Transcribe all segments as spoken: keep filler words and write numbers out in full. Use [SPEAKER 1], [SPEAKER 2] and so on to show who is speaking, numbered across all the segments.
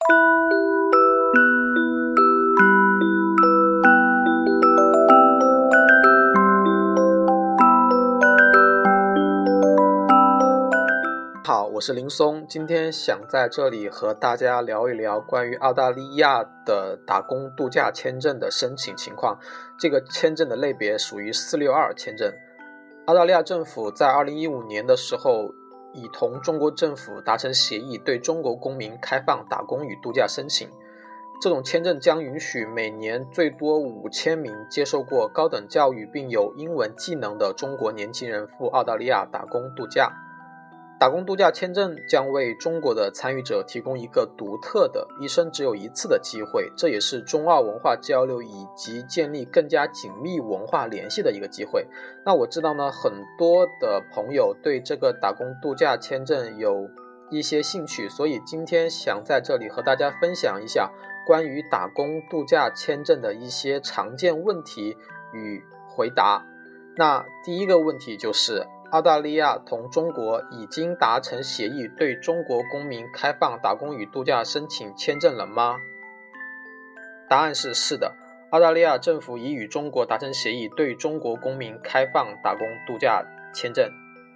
[SPEAKER 1] 好，我是林松，今天想在这里和大家聊一聊关于澳大利亚的打工度假签证的申请情况。这个签证的类别属于四六二签证。澳大利亚政府在二零一五年的时候已同中国政府达成协议，对中国公民开放打工与度假申请。这种签证将允许每年最多五千名接受过高等教育并有英文技能的中国年轻人赴澳大利亚打工度假。打工度假签证将为中国的参与者提供一个独特的一生只有一次的机会，这也是中澳文化交流以及建立更加紧密文化联系的一个机会。那我知道呢，很多的朋友对这个打工度假签证有一些兴趣，所以今天想在这里和大家分享一下关于打工度假签证的一些常见问题与回答。那第一个问题就是澳大利亚同中国已经达成协议，对中国公民开放打工与度假申请签证了吗？答案是是的，澳大利亚政府已与中国达成协议，对中国公民开放打工度假签证。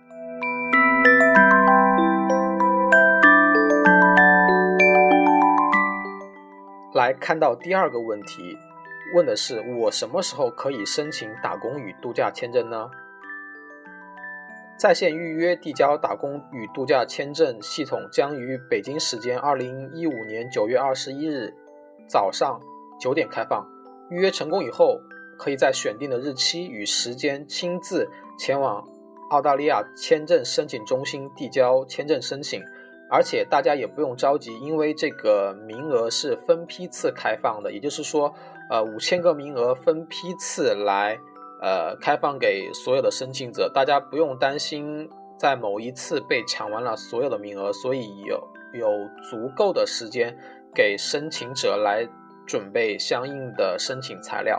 [SPEAKER 1] 来看到第二个问题，问的是我什么时候可以申请打工与度假签证呢？在线预约递交打工与度假签证系统将于北京时间二零一五年九月二十一日早上九点开放。预约成功以后，可以在选定的日期与时间亲自前往澳大利亚签证申请中心递交签证申请。而且大家也不用着急，因为这个名额是分批次开放的，也就是说呃，五千个名额分批次来呃，开放给所有的申请者，大家不用担心在某一次被抢完了所有的名额，所以有有足够的时间给申请者来准备相应的申请材料。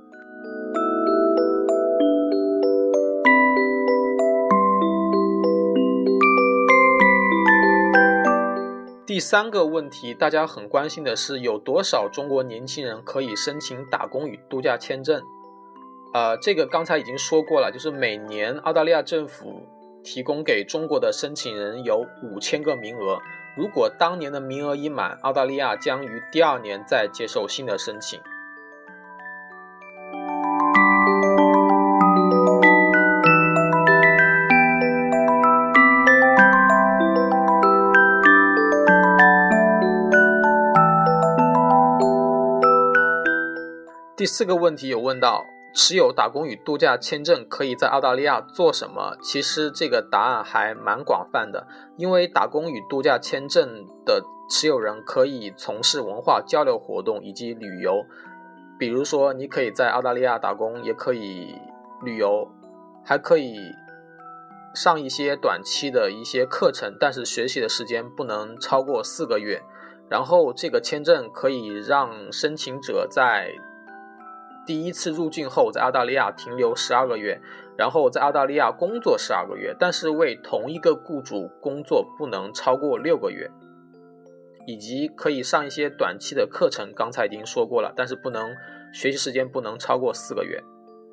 [SPEAKER 1] 第三个问题，大家很关心的是有多少中国年轻人可以申请打工与度假签证？呃，这个刚才已经说过了，就是每年澳大利亚政府提供给中国的申请人有五千个名额，如果当年的名额已满，澳大利亚将于第二年再接受新的申请。第四个问题有问到持有打工与度假签证可以在澳大利亚做什么？其实这个答案还蛮广泛的，因为打工与度假签证的持有人可以从事文化交流活动以及旅游。比如说你可以在澳大利亚打工，也可以旅游，还可以上一些短期的一些课程，但是学习的时间不能超过四个月。然后这个签证可以让申请者在第一次入境后在澳大利亚停留十二个月，然后在澳大利亚工作十二个月，但是为同一个雇主工作不能超过六个月，以及可以上一些短期的课程，刚才已经说过了，但是不能学习时间不能超过四个月。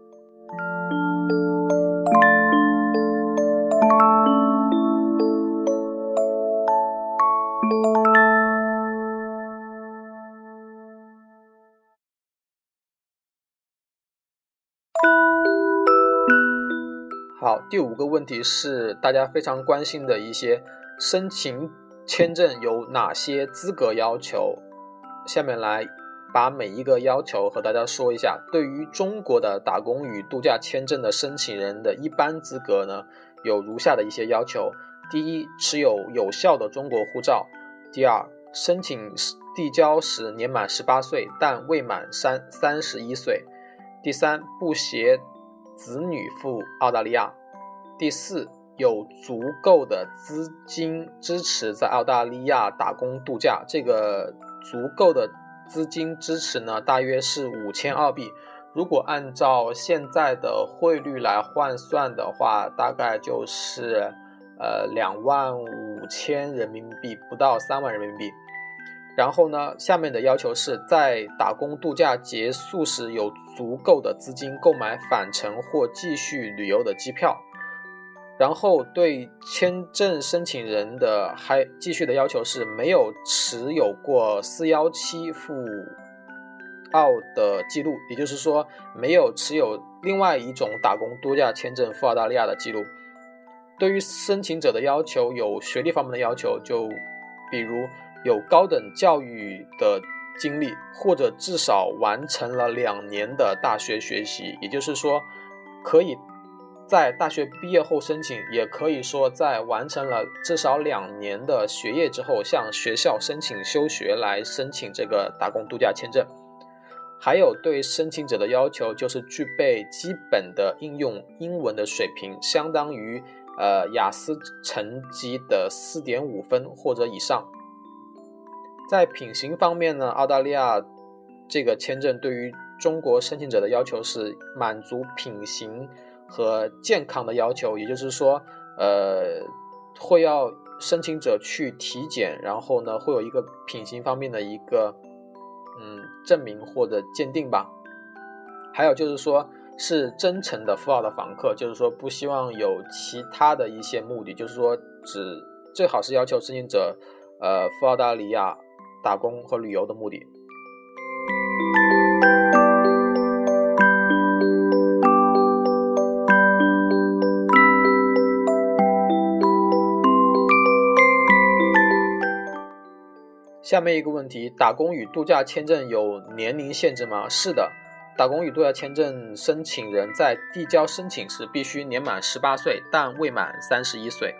[SPEAKER 1] 好，第五个问题是大家非常关心的一些申请签证有哪些资格要求，下面来把每一个要求和大家说一下。对于中国的打工与度假签证的申请人的一般资格呢，有如下的一些要求。第一，持有有效的中国护照。第二，申请递交时年满十八岁但未满三十一岁。第三，不携子女赴澳大利亚。第四，有足够的资金支持在澳大利亚打工度假。这个足够的资金支持呢，大约是五千澳币。如果按照现在的汇率来换算的话，大概就是呃两万五千人民币，不到三万人民币。 然后呢，下面的要求是在打工度假结束时有足够的资金购买返程或继续旅游的机票。然后对签证申请人的还继续的要求是没有持有过四一七赴澳的记录，也就是说没有持有另外一种打工度假签证赴澳大利亚的记录。对于申请者的要求有学历方面的要求，就比如有高等教育的经历，或者至少完成了两年的大学学习，也就是说可以在大学毕业后申请，也可以说在完成了至少两年的学业之后向学校申请休学来申请这个打工度假签证。还有对申请者的要求就是具备基本的应用英文的水平，相当于呃雅思成绩的 四点五 分或者以上。在品行方面呢，澳大利亚这个签证对于中国申请者的要求是满足品行和健康的要求，也就是说呃，会要申请者去体检，然后呢会有一个品行方面的一个嗯证明或者鉴定吧。还有就是说是真诚的赴澳的访客，就是说不希望有其他的一些目的，就是说只最好是要求申请者呃赴澳大利亚打工和旅游的目的。下面一个问题，打工与度假签证有年龄限制吗？是的，打工与度假签证申请人在递交申请时必须年满十八岁，但未满三十一岁。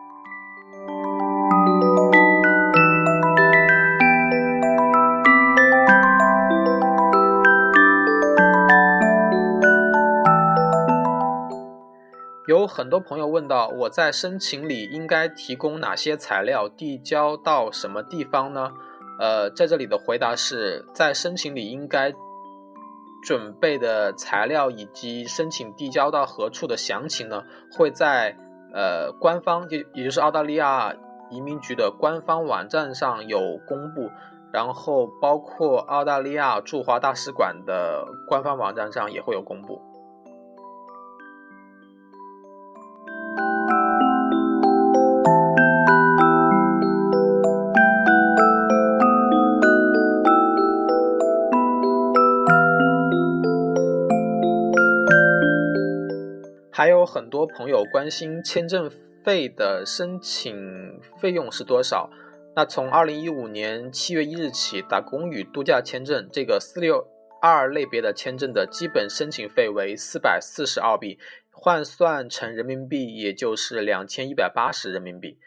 [SPEAKER 1] 有很多朋友问到，我在申请里应该提供哪些材料，递交到什么地方呢？呃，在这里的回答是，在申请里应该准备的材料以及申请递交到何处的详情呢，会在呃官方，也就是澳大利亚移民局的官方网站上有公布，然后包括澳大利亚驻华大使馆的官方网站上也会有公布。还有很多朋友关心签证费的申请费用是多少。那从二零一五年七月一日起，打工与度假签证这个四六二类别的签证的基本申请费为四百四十澳币，换算成人民币也就是两千一百八十人民币。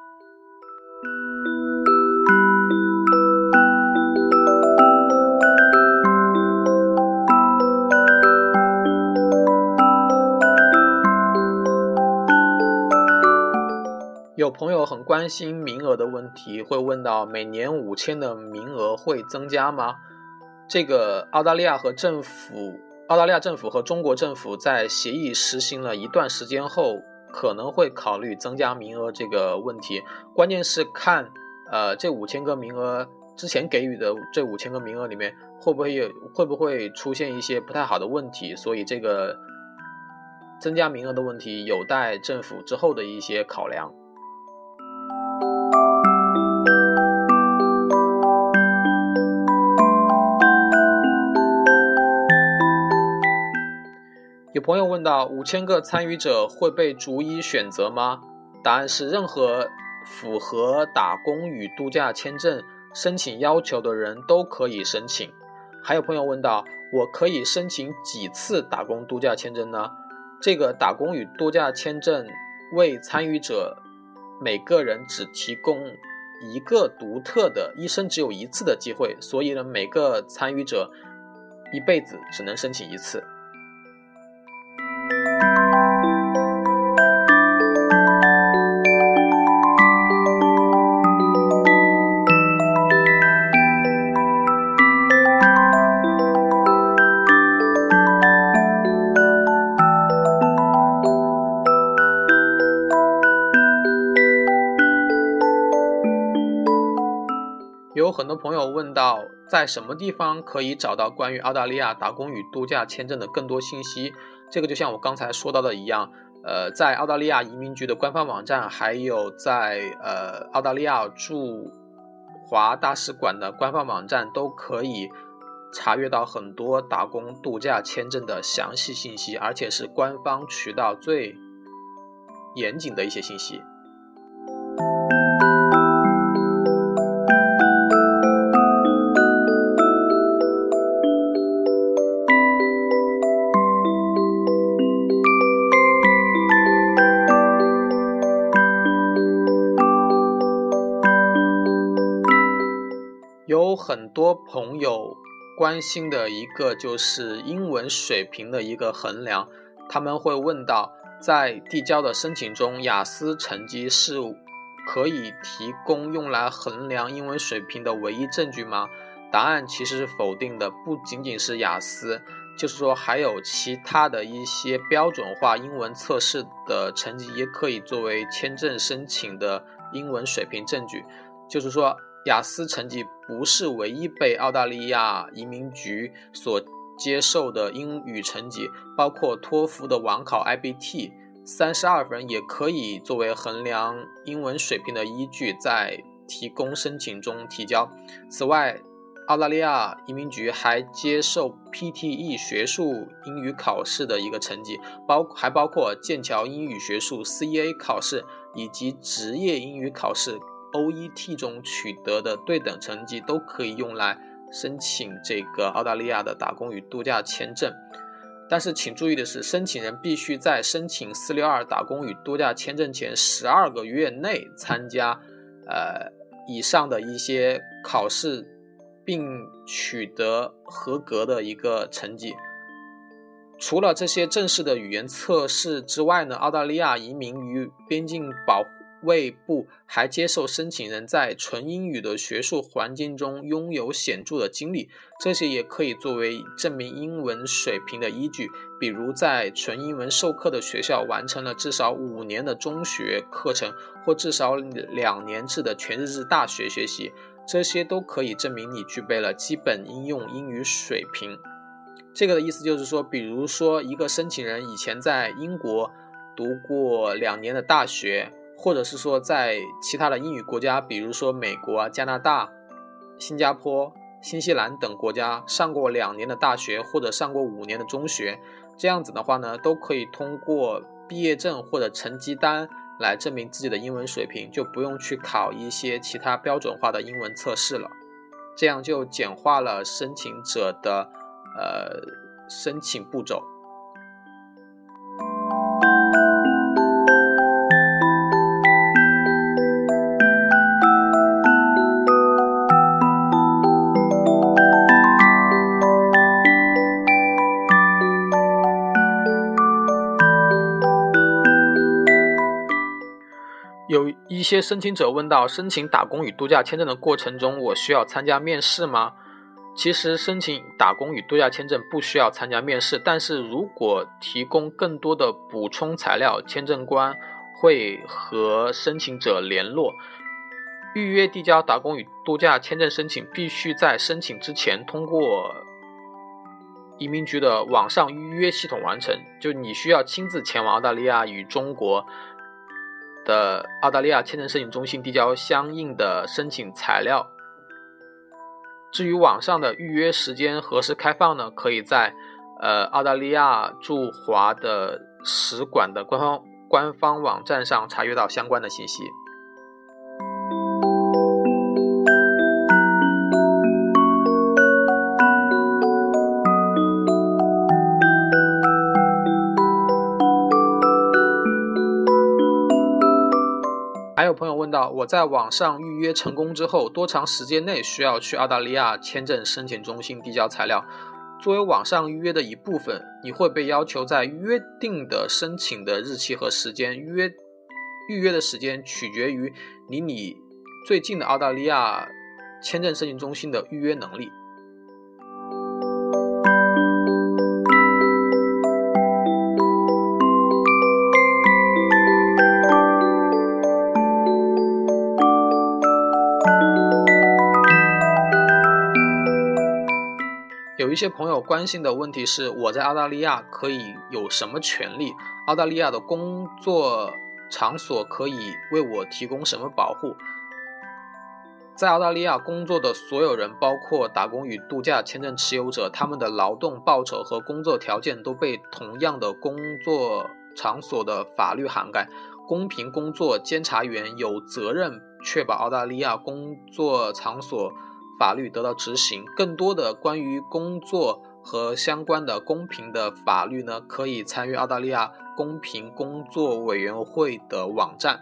[SPEAKER 1] 有朋友很关心名额的问题，会问到每年五千的名额会增加吗？这个澳大利亚和政府澳大利亚政府和中国政府在协议实行了一段时间后，可能会考虑增加名额这个问题。关键是看呃这五千个名额之前给予的这五千个名额里面会不会有会不会出现一些不太好的问题，所以这个增加名额的问题有待政府之后的一些考量。有朋友问到，五千个参与者会被逐一选择吗？答案是，任何符合打工与度假签证申请要求的人都可以申请。还有朋友问到，我可以申请几次打工度假签证呢？这个打工与度假签证为参与者每个人只提供一个独特的一生只有一次的机会，所以呢，每个参与者一辈子只能申请一次。 有很多朋友问到，在什么地方可以找到关于澳大利亚打工与度假签证的更多信息？这个就像我刚才说到的一样，呃，在澳大利亚移民局的官方网站，还有在呃澳大利亚驻华大使馆的官方网站，都可以查阅到很多打工度假签证的详细信息，而且是官方渠道最严谨的一些信息。有很多朋友关心的一个就是英文水平的一个衡量，他们会问到，在递交的申请中，雅思成绩是可以提供用来衡量英文水平的唯一证据吗？答案其实是否定的，不仅仅是雅思，就是说还有其他的一些标准化英文测试的成绩也可以作为签证申请的英文水平证据。就是说雅思成绩不是唯一被澳大利亚移民局所接受的英语成绩，包括托福的网考 I B T 三十二分也可以作为衡量英文水平的依据，在提供申请中提交。此外，澳大利亚移民局还接受 P T E 学术英语考试的一个成绩，包还包括剑桥英语学术 C A 考试以及职业英语考试O E T 中取得的对等成绩，都可以用来申请这个澳大利亚的打工与度假签证。但是请注意的是，申请人必须在申请四六二打工与度假签证前十二个月内参加呃以上的一些考试，并取得合格的一个成绩。除了这些正式的语言测试之外呢，澳大利亚移民与边境保卫部还接受申请人在纯英语的学术环境中拥有显著的经历，这些也可以作为证明英文水平的依据，比如在纯英文授课的学校完成了至少五年的中学课程，或至少两年制的全日制大学学习，这些都可以证明你具备了基本应用英语水平。这个的意思就是说，比如说一个申请人以前在英国读过两年的大学，或者是说在其他的英语国家，比如说美国、加拿大、新加坡、新西兰等国家上过两年的大学，或者上过五年的中学，这样子的话呢，都可以通过毕业证或者成绩单来证明自己的英文水平，就不用去考一些其他标准化的英文测试了，这样就简化了申请者的呃申请步骤。有一些申请者问到，申请打工与度假签证的过程中，我需要参加面试吗？其实申请打工与度假签证不需要参加面试，但是如果提供更多的补充材料，签证官会和申请者联络。预约递交打工与度假签证申请必须在申请之前通过移民局的网上预约系统完成，就你需要亲自前往澳大利亚与中国的澳大利亚签证申请中心递交相应的申请材料。至于网上的预约时间何时开放呢？可以在呃澳大利亚驻华的使馆的官方官方网站上查阅到相关的信息。还有朋友问到，我在网上预约成功之后，多长时间内需要去澳大利亚签证申请中心递交材料？作为网上预约的一部分，你会被要求在约定的申请的日期和时间，约预约的时间取决于离你最近的澳大利亚签证申请中心的预约能力。 有一些朋友关心的问题是，我在澳大利亚可以有什么权利？澳大利亚的工作场所可以为我提供什么保护？在澳大利亚工作的所有人，包括打工与度假签证持有者，他们的劳动报酬和工作条件都被同样的工作场所的法律涵盖。公平工作监察员有责任确保澳大利亚工作场所法律得到执行。更多的关于工作和相关的公平的法律呢，可以参阅澳大利亚公平工作委员会的网站。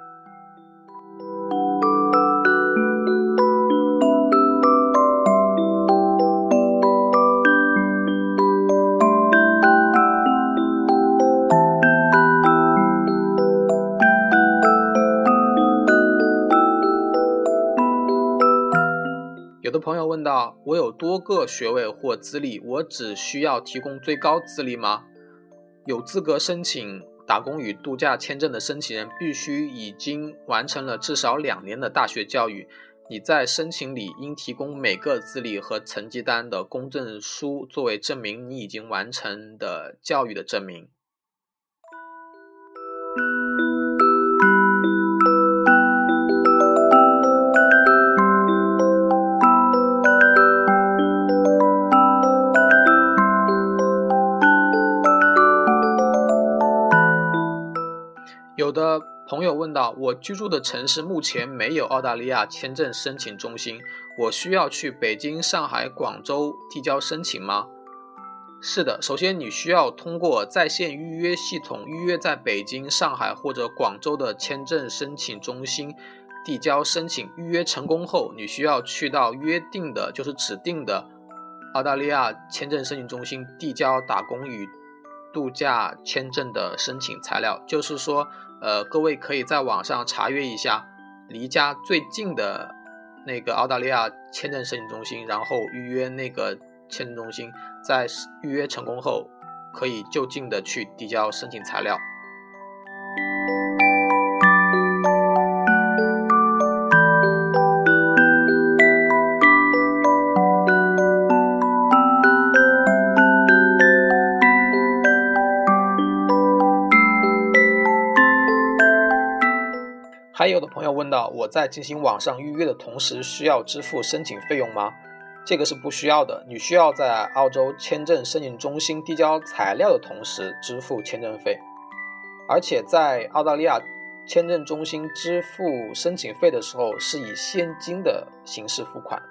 [SPEAKER 1] 有的朋友问到，我有多个学位或资历，我只需要提供最高资历吗？有资格申请打工与度假签证的申请人必须已经完成了至少两年的大学教育。你在申请里应提供每个资历和成绩单的公证书作为证明你已经完成的教育的证明。有的朋友问到，我居住的城市目前没有澳大利亚签证申请中心，我需要去北京、上海、广州递交申请吗？是的，首先你需要通过在线预约系统预约在北京、上海或者广州的签证申请中心递交申请。预约成功后，你需要去到约定的，就是指定的澳大利亚签证申请中心递交打工与度假签证的申请材料。就是说呃，各位可以在网上查阅一下离家最近的那个澳大利亚签证申请中心，然后预约那个签证中心，在预约成功后可以就近的去递交申请材料。还有的朋友问到，我在进行网上预约的同时需要支付申请费用吗？这个是不需要的，你需要在澳洲签证申请中心递交材料的同时支付签证费，而且在澳大利亚签证中心支付申请费的时候是以现金的形式付款。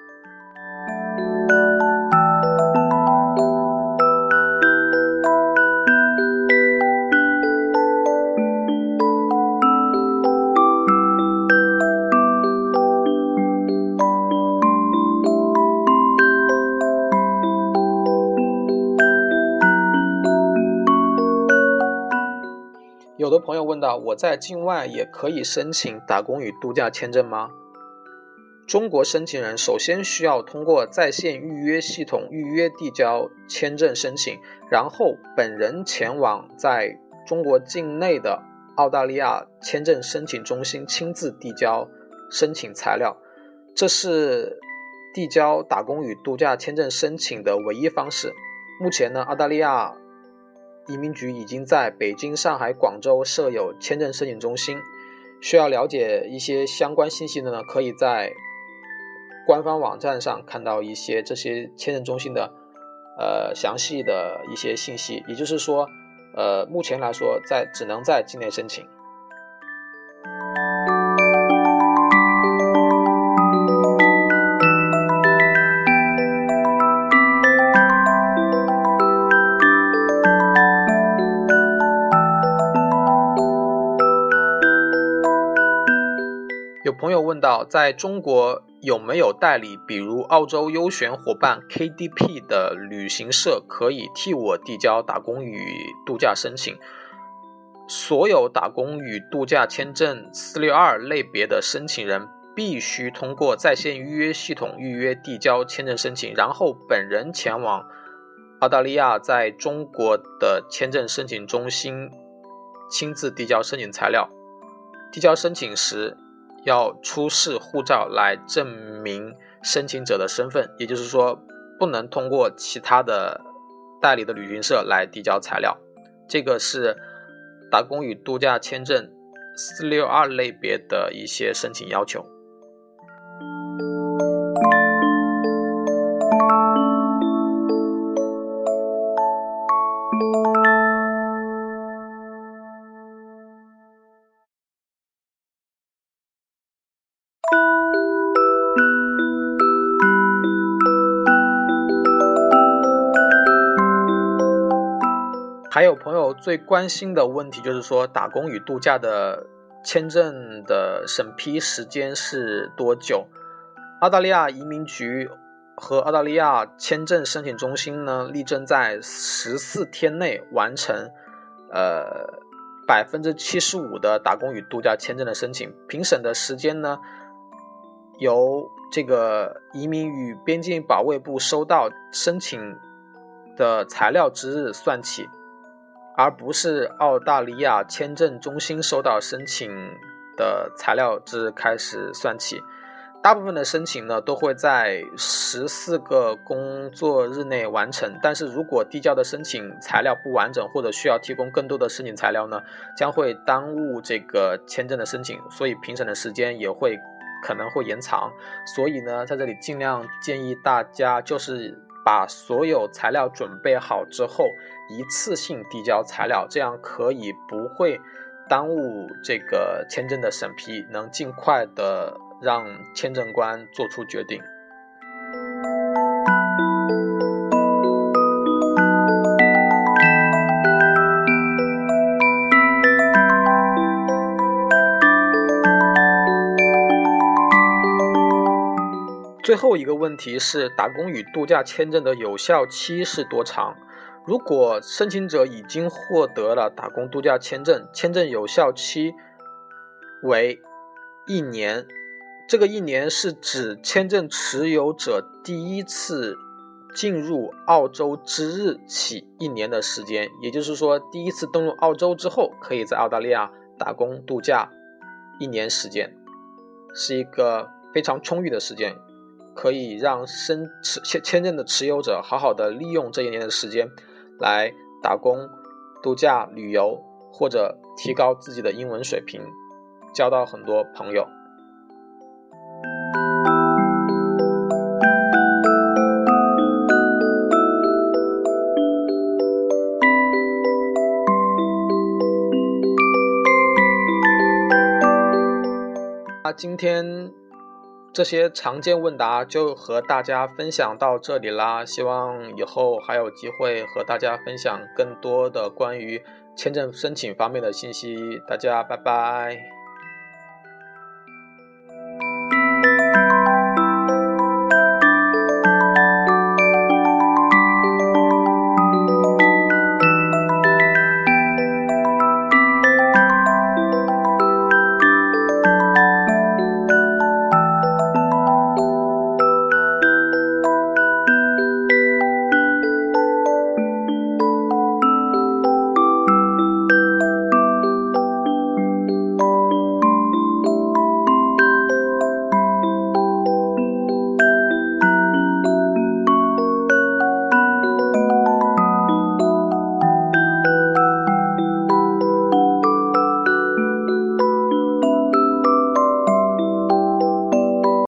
[SPEAKER 1] 有的朋友问到，我在境外也可以申请打工与度假签证吗？中国申请人首先需要通过在线预约系统预约递交签证申请，然后本人前往在中国境内的澳大利亚签证申请中心亲自递交申请材料。这是递交打工与度假签证申请的唯一方式。目前呢，澳大利亚移民局已经在北京、上海、广州设有签证申请中心。需要了解一些相关信息的呢，可以在官方网站上看到一些这些签证中心的呃详细的一些信息。也就是说，呃，目前来说，在只能在境内申请。有朋友问到，在中国有没有代理，比如澳洲优选伙伴 K D P 的旅行社可以替我递交打工与度假申请？所有打工与度假签证四六二类别的申请人必须通过在线预约系统预约递交签证申请，然后本人前往澳大利亚在中国的签证申请中心亲自递交申请材料。递交申请时要出示护照来证明申请者的身份，也就是说不能通过其他的代理的旅行社来递交材料。这个是打工与度假签证四六二类别的一些申请要求。还有朋友最关心的问题就是说，打工与度假的签证的审批时间是多久？澳大利亚移民局和澳大利亚签证申请中心呢，力争在十四天内完成呃 百分之七十五 的打工与度假签证的申请。评审的时间呢，由这个移民与边境保卫部收到申请的材料之日算起，而不是澳大利亚签证中心收到申请的材料之开始算起。大部分的申请呢都会在十四个工作日内完成，但是如果递交的申请材料不完整，或者需要提供更多的申请材料呢，将会耽误这个签证的申请，所以评审的时间也会可能会延长。所以呢，在这里尽量建议大家就是把所有材料准备好之后一次性递交材料，这样可以不会耽误这个签证的审批，能尽快的让签证官做出决定。最后一个问题是，打工与度假签证的有效期是多长？如果申请者已经获得了打工度假签证，签证有效期为一年。这个一年是指签证持有者第一次进入澳洲之日起一年的时间，也就是说，第一次登陆澳洲之后，可以在澳大利亚打工度假一年时间，是一个非常充裕的时间，可以让申签证的持有者好好的利用这一年的时间来打工、度假、旅游，或者提高自己的英文水平，交到很多朋友。今天这些常见问答就和大家分享到这里啦，希望以后还有机会和大家分享更多的关于签证申请方面的信息，大家拜拜。